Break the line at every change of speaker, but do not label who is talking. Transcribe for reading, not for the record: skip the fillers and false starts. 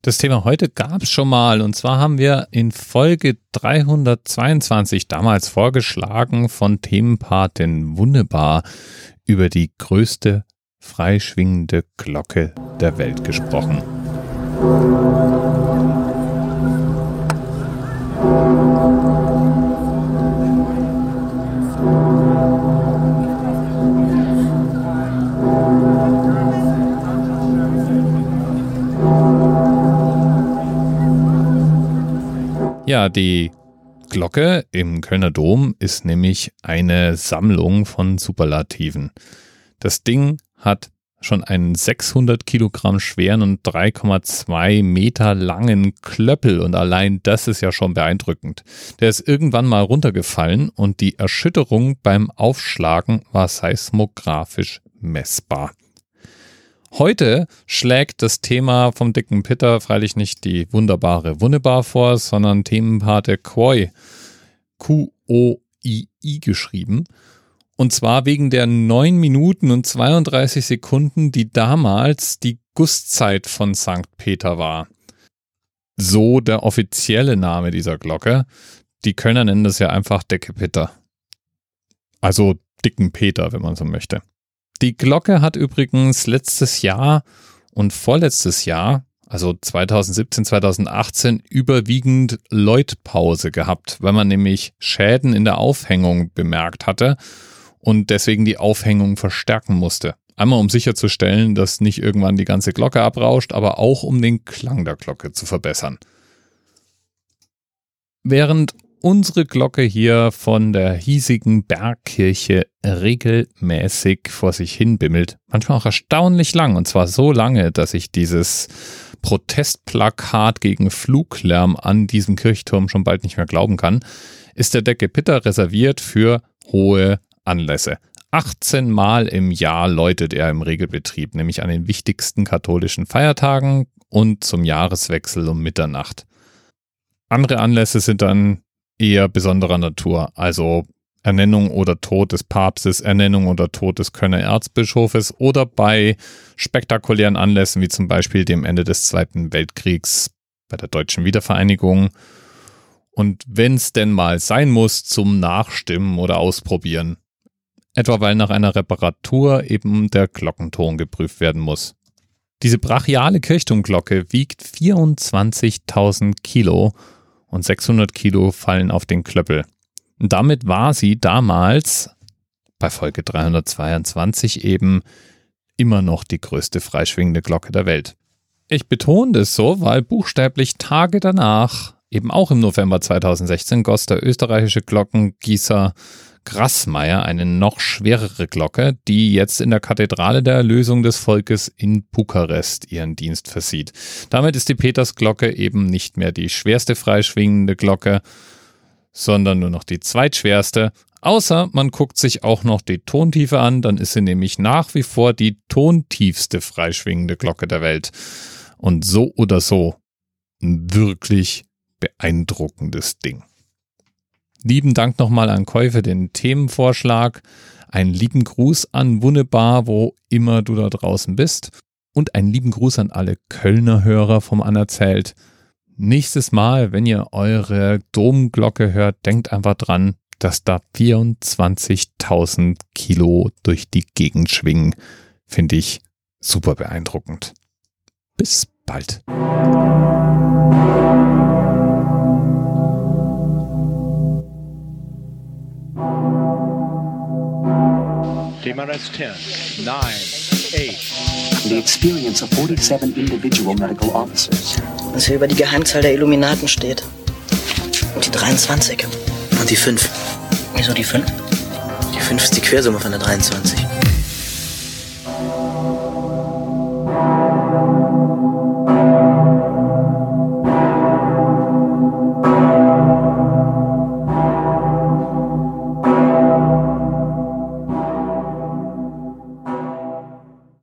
Das Thema heute gab es schon mal, und zwar haben wir in Folge 322 damals vorgeschlagen von Themenpatin Wunderbar über die größte freischwingende Glocke der Welt gesprochen. Ja, die Glocke im Kölner Dom ist nämlich eine Sammlung von Superlativen. Das Ding hat schon einen 600 Kilogramm schweren und 3,2 Meter langen Klöppel und allein das ist ja schon beeindruckend. Der ist irgendwann mal runtergefallen und die Erschütterung beim Aufschlagen war seismographisch messbar. Heute schlägt das Thema vom dicken Peter freilich nicht die wunderbare Wunderbar vor, sondern Themenpate Quoi, Q-O-I-I geschrieben. Und zwar wegen der 9 Minuten und 32 Sekunden, die damals die Gusszeit von St. Peter war. So der offizielle Name dieser Glocke. Die Kölner nennen das ja einfach Dicke Peter. Also dicken Peter, wenn man so möchte. Die Glocke hat übrigens letztes Jahr und vorletztes Jahr, also 2017, 2018, überwiegend Läutpause gehabt, weil man nämlich Schäden in der Aufhängung bemerkt hatte und deswegen die Aufhängung verstärken musste. Einmal um sicherzustellen, dass nicht irgendwann die ganze Glocke abrauscht, aber auch um den Klang der Glocke zu verbessern. Während unsere Glocke hier von der hiesigen Bergkirche regelmäßig vor sich hin bimmelt. Manchmal auch erstaunlich lang, und zwar so lange, dass ich dieses Protestplakat gegen Fluglärm an diesem Kirchturm schon bald nicht mehr glauben kann, ist der Dicke Peter reserviert für hohe Anlässe. 18 Mal im Jahr läutet er im Regelbetrieb, nämlich an den wichtigsten katholischen Feiertagen und zum Jahreswechsel um Mitternacht. Andere Anlässe sind dann eher besonderer Natur, also Ernennung oder Tod des Papstes, Ernennung oder Tod des Kölner Erzbischofes oder bei spektakulären Anlässen wie zum Beispiel dem Ende des Zweiten Weltkriegs bei der deutschen Wiedervereinigung und wenn es denn mal sein muss, zum Nachstimmen oder Ausprobieren. Etwa weil nach einer Reparatur eben der Glockenton geprüft werden muss. Diese brachiale Kirchturmglocke wiegt 24.000 Kilo und 600 Kilo fallen auf den Klöppel. Und damit war sie damals, bei Folge 322 eben, immer noch die größte freischwingende Glocke der Welt. Ich betone das so, weil buchstäblich Tage danach, eben auch im November 2016, goss der österreichische Glockengießer Grassmeier eine noch schwerere Glocke, die jetzt in der Kathedrale der Erlösung des Volkes in Bukarest ihren Dienst versieht. Damit ist die Petersglocke eben nicht mehr die schwerste freischwingende Glocke, sondern nur noch die zweitschwerste. Außer man guckt sich auch noch die Tontiefe an, dann ist sie nämlich nach wie vor die tontiefste freischwingende Glocke der Welt. Und so oder so ein wirklich beeindruckendes Ding. Lieben Dank nochmal an Koi für den Themenvorschlag. Einen lieben Gruß an Wunderbar, wo immer du da draußen bist. Und einen lieben Gruß an alle Kölner Hörer vom Anerzählt. Nächstes Mal, wenn ihr eure Domglocke hört, denkt einfach dran, dass da 24.000 Kilo durch die Gegend schwingen. Finde ich super beeindruckend. Bis bald.
DMRS 10, 9, 8.
The experience of 47 individual medical officers.
Was hier über die Geheimzahl der Illuminaten steht. Und die 23.
Und die 5.
Wieso die 5?
Die 5 ist die Quersumme von der 23.